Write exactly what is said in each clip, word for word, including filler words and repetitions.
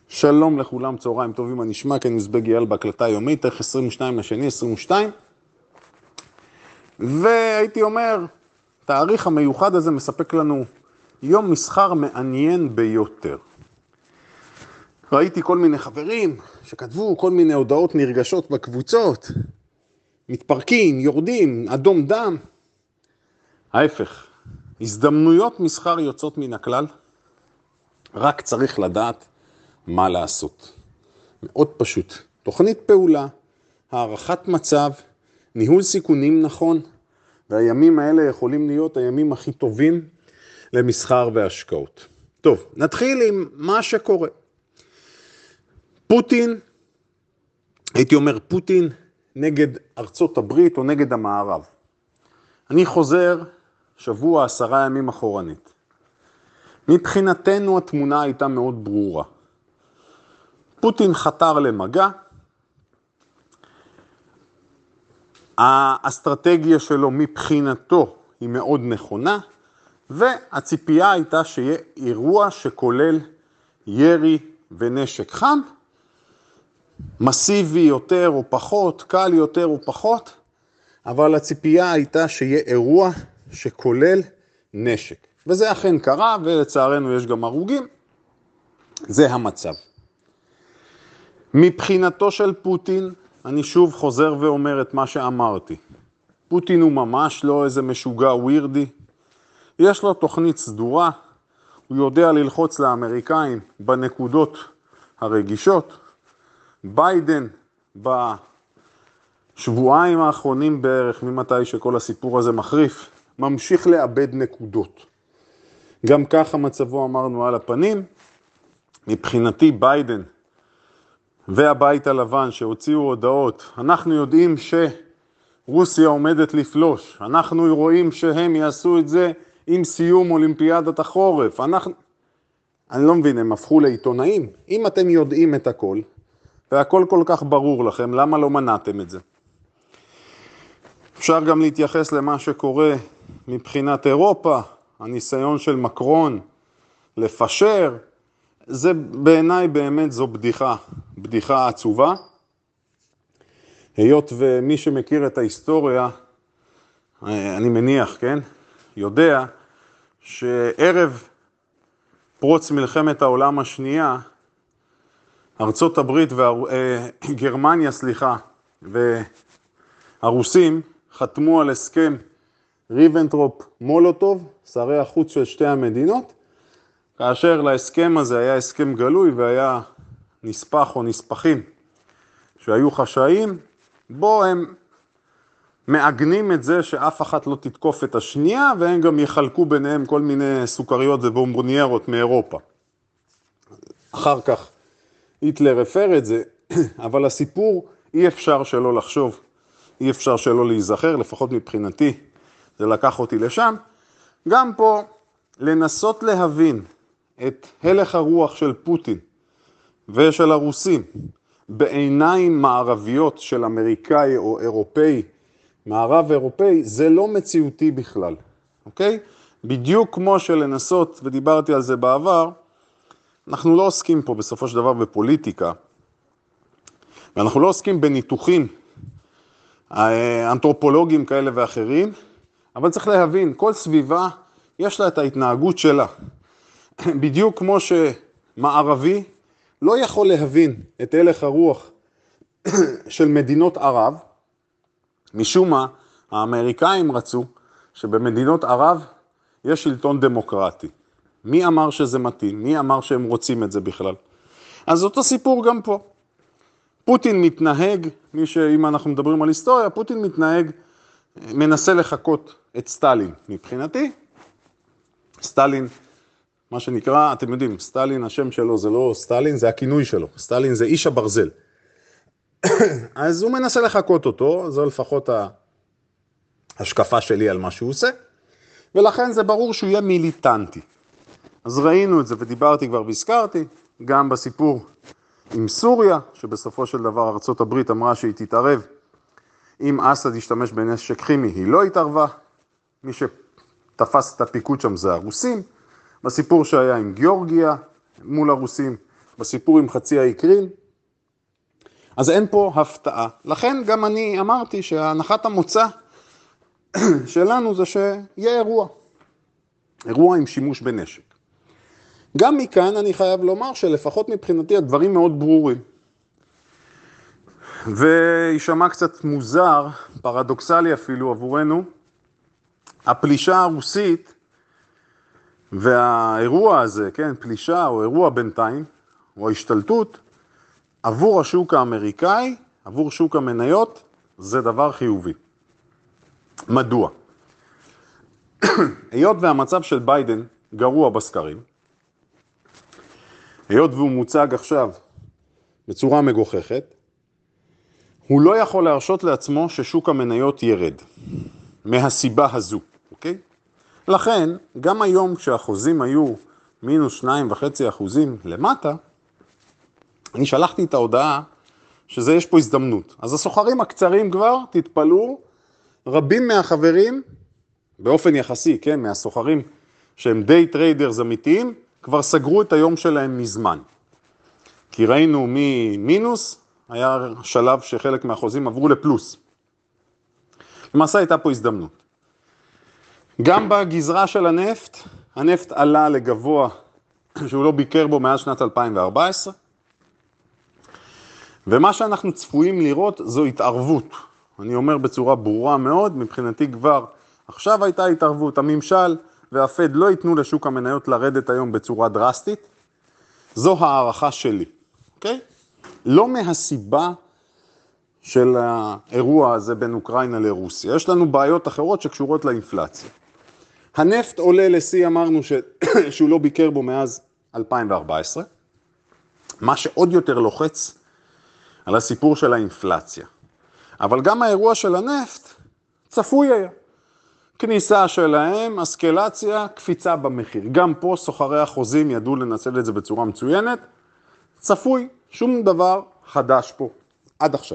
שלום לכולם, צהריים טובים, אני נשמע כאן אוזבג יעל בהקלטה היומית, תאריך עשרים ושניים לשני עשרים ושתיים, והייתי אומר, התאריך המיוחד הזה מספק לנו יום מסחר מעניין ביותר. ראיתי כל מיני חברים שכתבו כל מיני הודעות נרגשות בקבוצות, מתפרקים, יורדים, אדום דם. ההפך, הזדמנויות מסחר יוצאות מן הכלל, רק צריך לדעת מה לעשות. מאוד פשוט. תוכנית פעולה, הערכת מצב, ניהול סיכונים נכון, והימים האלה יכולים להיות הימים הכי טובים למסחר והשקעות. טוב, נתחיל עם מה שקורה. פוטין, הייתי אומר פוטין נגד ארצות הברית או נגד המערב. אני חוזר שבוע עשרה ימים אחורנית. מבחינתנו התמונה הייתה מאוד ברורה. פוטין חתר למגע, האסטרטגיה שלו מבחינתו היא מאוד נכונה, והציפייה הייתה שיהיה אירוע שכולל ירי ונשק חם, מסיבי יותר או פחות, קל יותר או פחות, אבל הציפייה הייתה שיהיה אירוע שכולל נשק. וזה אכן קרה, ולצערנו יש גם הרוגים. זה המצב. מבחינתו של פוטין, אני שוב חוזר ואומר את מה שאמרתי. פוטין הוא ממש לא איזה משוגע ווירדי. יש לו תוכנית סדורה, הוא יודע ללחוץ לאמריקאים בנקודות הרגישות. ביידן בשבועיים האחרונים בערך, ממתי שכל הסיפור הזה מחריף, ממשיך לאבד נקודות. גם ככה מצבו אמרנו על הפנים. מבחינתי ביידן והבית הלבן שהוציאו הודעות, אנחנו יודעים שרוסיה עומדת לפלוש, אנחנו רואים שהם יעשו את זה עם סיום אולימפיאדת החורף, אנחנו... אני לא מבין, הם הפכו לעיתונאים. אם אתם יודעים את הכל, והכל כל כך ברור לכם, למה לא מנעתם את זה? אפשר גם להתייחס למה שקורה מבחינת אירופה, הניסיון של מקרון לפשר, זה בעיניי באמת זו בדיחה, בדיחה עצובה. היות ומי שמכיר את ההיסטוריה, אני מניח, כן, יודע שערב פרוץ מלחמת העולם השנייה, ארצות הברית וגרמניה, סליחה, והרוסים חתמו על הסכם ריבנטרופ מולוטוב, שרי החוץ של שתי המדינות, כאשר להסכם הזה היה הסכם גלוי והיה נספח או נספחים שהיו חשאיים, בו הם מעגנים את זה שאף אחת לא תתקוף את השנייה, והם גם יחלקו ביניהם כל מיני סוכריות ובומבוניירות מאירופה. אחר כך היטלר הפר את זה, אבל הסיפור אי אפשר שלא לחשוב, אי אפשר שלא להיזכר, לפחות מבחינתי זה לקח אותי לשם. גם פה לנסות להבין את הלך הרוח של פוטין ושל הרוסים בעיניים מערביות של אמריקאי או אירופאי, מערב אירופאי, זה לא מציאותי בכלל, אוקיי? בדיוק כמו שלנסות, ודיברתי על זה בעבר, אנחנו לא עוסקים פה בסופו של דבר בפוליטיקה, ואנחנו לא עוסקים בניתוחים אנתרופולוגיים כאלה ואחרים, אבל צריך להבין, כל סביבה יש לה את ההתנהגות שלה. בדיוק כמו שמערבי לא יכול להבין את הלך הרוח של מדינות ערב, משום מה האמריקאים רצו שבמדינות ערב יש שלטון דמוקרטי. מי אמר שזה מתאים? מי אמר שהם רוצים את זה בכלל? אז אותו סיפור גם פה. פוטין מתנהג, מי שאם אנחנו מדברים על היסטוריה, פוטין מתנהג, מנסה לחכות את סטלין. מבחינתי, סטלין, מה שנקרא, אתם יודעים, סטלין, השם שלו זה לא סטלין, זה הכינוי שלו. סטלין זה איש הברזל. אז הוא מנסה לחכות אותו, זו לפחות ההשקפה שלי על מה שהוא עושה, ולכן זה ברור שהוא יהיה מיליטנטי. אז ראינו את זה ודיברתי כבר והזכרתי, גם בסיפור עם סוריה, שבסופו של דבר ארצות הברית אמרה שהיא תתערב, אם אסד ישתמש בנשק כימי, היא לא התערבה, מי שתפס את הפיקוד שם זה הרוסים, בסיפור שהיה עם גיאורגיה מול הרוסים, בסיפור עם חצי העיקרים, אז אין פה הפתעה. לכן גם אני אמרתי שהנחת המוצא שלנו זה שיהיה אירוע. אירוע עם שימוש בנשק. גם מכאן אני חייב לומר שלפחות מבחינתי הדברים מאוד ברורים. וישמע קצת מוזר, פרדוקסלי אפילו עבורנו, הפלישה הרוסית והאירוע הזה, כן, פלישה או אירוע בינתיים, או ההשתלטות, עבור השוק האמריקאי, עבור שוק המניות, זה דבר חיובי. מדוע? היות והמצב של ביידן גרוע בסקרים, היות והוא מוצג עכשיו בצורה מגוחכת, הוא לא יכול להרשות לעצמו ששוק המניות ירד, מהסיבה הזו, אוקיי? לכן, גם היום כשהחוזים היו מינוס שניים וחצי אחוזים למטה, אני שלחתי את ההודעה שזה יש פה הזדמנות. אז הסוחרים הקצרים כבר, תתפלאו, רבים מהחברים, באופן יחסי, כן, מהסוחרים שהם דיי טריידרס אמיתיים, כבר סגרו את היום שלהם מזמן. כי ראינו ממינוס, היה שלב שחלק מהחוזים עברו לפלוס. למעשה הייתה פה הזדמנות. גם בגזרה של הנפט, הנפט עלה לגבוה שהוא לא ביקר בו מאז שנת אלפיים וארבע עשרה, ומה שאנחנו צפויים לראות זו התערבות. אני אומר בצורה ברורה מאוד, מבחינתי כבר עכשיו הייתה התערבות, הממשל והפד לא ייתנו לשוק המניות לרדת היום בצורה דרסטית, זו הערכה שלי, אוקיי? לא מהסיבה של האירוע הזה בין אוקראינה לרוסיה, יש לנו בעיות אחרות שקשורות לאינפלציה. הנפט עולה לשיא, אמרנו ש... שהוא לא ביקר בו מאז אלפיים וארבע עשרה, מה שעוד יותר לוחץ על הסיפור של האינפלציה. אבל גם האירוע של הנפט צפוי היה. כניסה שלהם, אסקלציה, קפיצה במחיר. גם פה סוחרי החוזים ידעו לנצל את זה בצורה מצוינת. צפוי, שום דבר חדש פה עד עכשיו.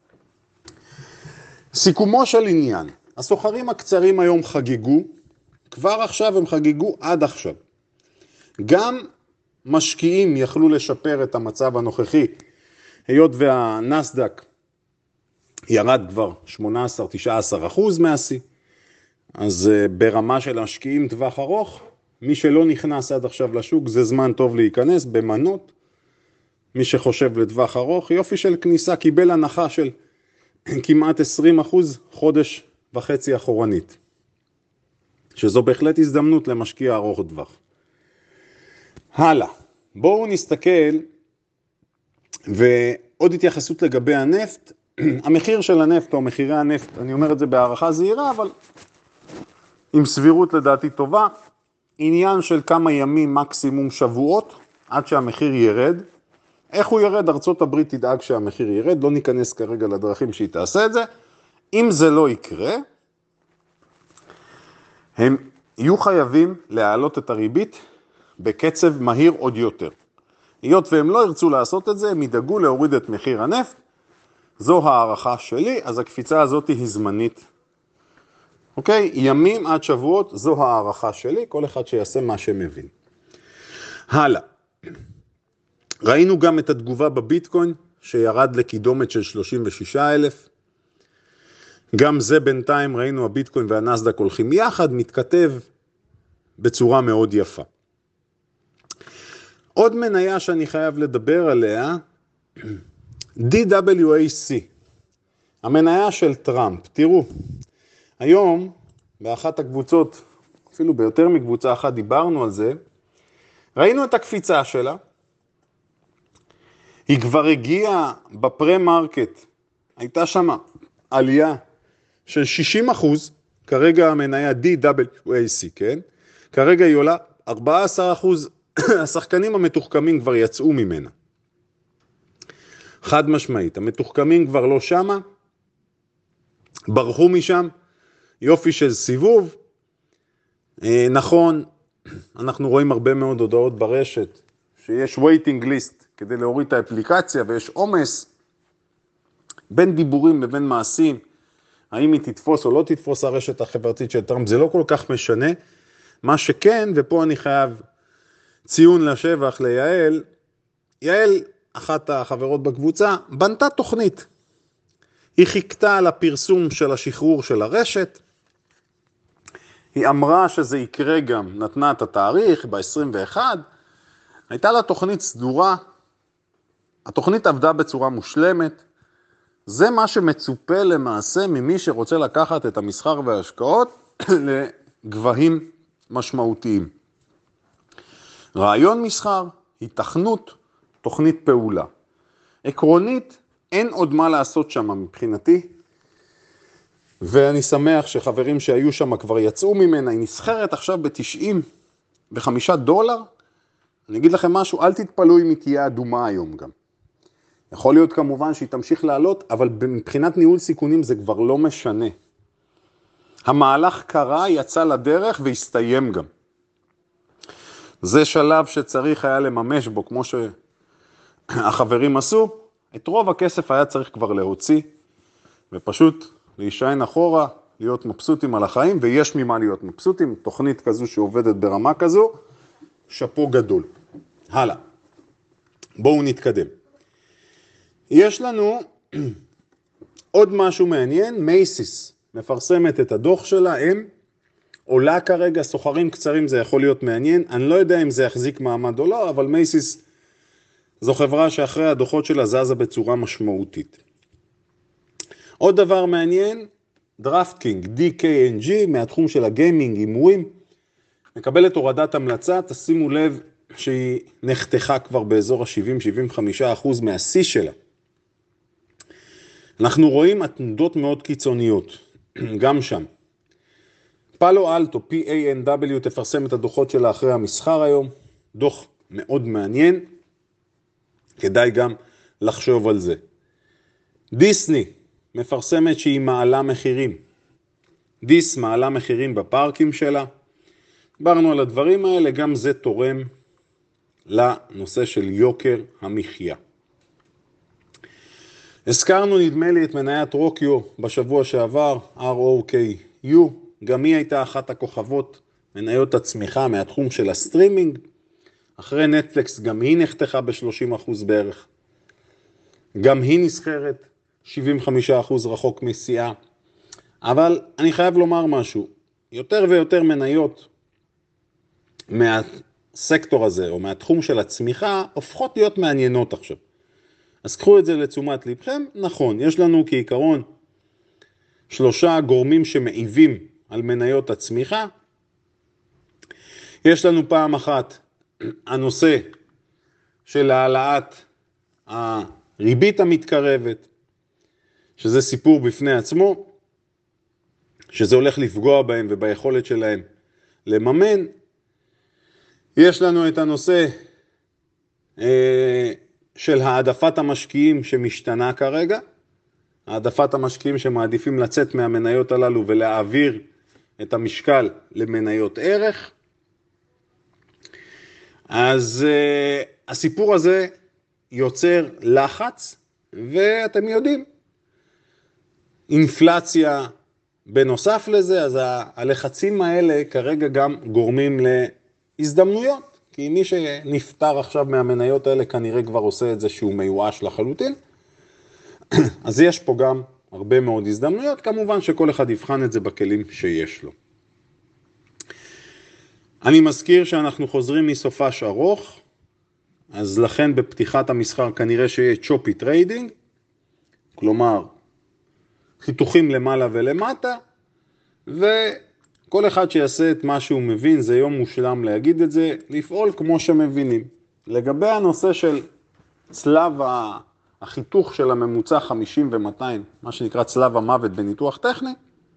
סיכומו של עניין, הסוחרים הקצרים היום חגיגו, כבר עכשיו הם חגיגו עד עכשיו. גם משקיעים יכלו לשפר את המצב הנוכחי, היות והנסדק ירד כבר שמונה עשר תשע עשרה אחוז מהשיא, אז ברמה של משקיעים טווח ארוך, מי שלא נכנס עד עכשיו לשוק, זה זמן טוב להיכנס במנות. מי שחושב לטווח ארוך, יופי של כניסה, קיבל הנחה של כמעט עשרים אחוז חודש וחצי אחורנית. שזו בהחלט הזדמנות למשקיע ארוך טווח. הלאה, בואו נסתכל, ועוד התייחסות לגבי הנפט. המחיר של הנפט או מחירי הנפט, אני אומר את זה בהערכה זהירה, אבל עם סבירות לדעתי טובה, עניין של כמה ימים מקסימום שבועות, עד שהמחיר ירד. איך הוא ירד? ארצות הברית תדאג שהמחיר ירד, לא ניכנס כרגע לדרכים שהיא תעשה את זה. אם זה לא יקרה, הם יהיו חייבים להעלות את הריבית בקצב מהיר עוד יותר. היות והם לא ירצו לעשות את זה, הם ידאגו להוריד את מחיר הנפט. זו הערכה שלי, אז הקפיצה הזאת היא זמנית. אוקיי? ימים עד שבועות, זו הערכה שלי, כל אחד שיעשה מה שמבין. הלאה. ראינו גם את התגובה בביטקוין, שירד לקידומת של שלושים ושישה אלף. גם זה בינתיים ראינו הביטקוין והנסדק הולכים יחד, מתכתב בצורה מאוד יפה. עוד מניה שאני חייב לדבר עליה, די דאבליו איי סי, המניה של טראמפ. תראו, היום באחת הקבוצות, אפילו ביותר מקבוצה אחת דיברנו על זה, ראינו את הקפיצה שלה, היא כבר הגיעה בפרה-מרקט, הייתה שם עלייה של שישים אחוז, כרגע המניה די דאבליו איי סי, כן? כרגע היא עולה ארבעה עשר אחוז, השחקנים המתוחכמים כבר יצאו ממנה. חד משמעית, המתוחכמים כבר לא שמה, ברחו משם, יופי של סיבוב. נכון, אנחנו רואים הרבה מאוד הודעות ברשת, שיש waiting list כדי להוריד את האפליקציה, ויש עומס בין דיבורים לבין מעשים, האם היא תתפוס או לא תתפוס הרשת החברתית של טראמפ, זה לא כל כך משנה. מה שכן, ופה אני חייב ציון לשבח ליעל, יעל, אחת החברות בקבוצה, בנתה תוכנית. היא חיכתה על הפרסום של השחרור של הרשת, היא אמרה שזה יקרה גם, נתנה את התאריך ב-עשרים ואחד, הייתה לה תוכנית סדורה, התוכנית עבדה בצורה מושלמת, זה מה שמצופה למעשה ממי שרוצה לקחת את המסחר וההשקעות לגבהים משמעותיים. רעיון מסחר, התכנות, תוכנית פעולה. עקרונית, אין עוד מה לעשות שם מבחינתי, ואני שמח שחברים שהיו שם כבר יצאו ממנה, היא נסחרת עכשיו ב-תשעים וחמישה דולר. אני אגיד לכם משהו, אל תתפלו אם היא תהיה אדומה היום גם. יכול להיות כמובן שהיא תמשיך לעלות, אבל מבחינת ניהול סיכונים זה כבר לא משנה. המהלך קרה, יצא לדרך והסתיים גם. זה שלב שצריך היה לממש בו, כמו שהחברים עשו, את רוב הכסף היה צריך כבר להוציא, ופשוט להישען אחורה, להיות מבסוטים על החיים, ויש ממה להיות מבסוטים, תוכנית כזו שעובדת ברמה כזו, שפו גדול. הלאה. בואו נתקדם. יש לנו עוד משהו מעניין, מייסיס מפרסמת את הדוח שלה, הם עולה כרגע, סוחרים קצרים, זה יכול להיות מעניין, אני לא יודע אם זה יחזיק מעמד או לא, אבל מייסיס זו חברה שאחרי הדוחות שלה זזה בצורה משמעותית. עוד דבר מעניין, דרפטקינג, די קיי אן ג'י, מהתחום של הגיימינג, הימורים, מקבלת הורדת המלצה, תשימו לב שהיא נחתכה כבר באזור ה-שבעים עד שבעים וחמישה אחוז מהשיא שלה. אנחנו רואים התנודות מאוד קיצוניות, גם שם. פאלו אלטו, פי איי אן דאבליו, תפרסם את הדוחות שלה אחרי המסחר היום, דוח מאוד מעניין, כדאי גם לחשוב על זה. דיסני מפרסמת שהיא מעלה מחירים. דיס מעלה מחירים בפארקים שלה. דיברנו על הדברים האלה, גם זה תורם לנושא של יוקר המחיה. הזכרנו נדמה לי את מניית רוקיו בשבוע שעבר, אר או קיי יו, גם היא הייתה אחת הכוכבות, מניות הצמיחה מהתחום של הסטרימינג, אחרי נטפליקס גם היא נחתכה ב-שלושים אחוז בערך, גם היא נסחרת שבעים וחמישה אחוז רחוק משיאה, אבל אני חייב לומר משהו, יותר ויותר מניות מהסקטור הזה, או מהתחום של הצמיחה, הופכות להיות מעניינות עכשיו. אז קחו את זה לתשומת לבכם, נכון, יש לנו כעיקרון שלושה גורמים שמעיבים על מניות הצמיחה. יש לנו פעם אחת הנושא של העלאת הריבית המתקרבת, שזה סיפור בפני עצמו, שזה הולך לפגוע בהם וביכולת שלהם לממן. יש לנו את הנושא אה, של העדפת המשקיעים שמשתנה כרגע, העדפת המשקיעים שמעדיפים לצאת מהמניות הללו ולהעביר את המשקל למניות ערך. אז uh, הסיפור הזה יוצר לחץ, ואתם יודעים, אינפלציה בנוסף לזה, אז הלחצים האלה כרגע גם גורמים להזדמנויות, כי מי שנפטר עכשיו מהמניות האלה כנראה כבר עושה את זה שהוא מיואש לחלוטין, אז יש פה גם הרבה מאוד הזדמנויות, כמובן שכל אחד יבחן את זה בכלים שיש לו. אני מזכיר שאנחנו חוזרים מסופש ארוך, אז לכן בפתיחת המסחר כנראה שיהיה צ'ופי טריידינג, כלומר חיתוכים למעלה ולמטה, וכל אחד שיעשה את מה שהוא מבין, זה יום מושלם להגיד את זה, לפעול כמו שמבינים. לגבי הנושא של צלב החיתוך של הממוצע חמישים ומאתיים, מה שנקרא צלב המוות בניתוח טכני,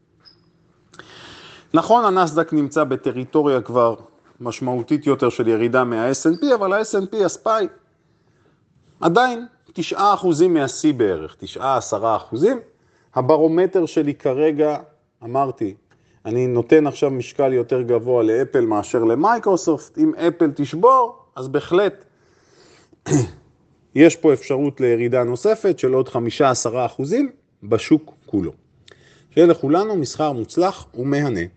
נכון, הנסדק נמצא בטריטוריה כבר משמעותית יותר של ירידה מה-אס אנד פי, אבל ה-אס אנד פי, הספיי, עדיין תשעה אחוזים מה-C בערך, תשעה עשרה אחוזים. הברומטר שלי כרגע, אמרתי, אני נותן עכשיו משקל יותר גבוה לאפל מאשר למייקרוסופט. אם אפל תשבור, אז בהחלט יש פה אפשרות לירידה נוספת של עוד חמישה עד עשרה אחוזים בשוק כולו. שיהיה לכולנו מסחר מוצלח ומהנה.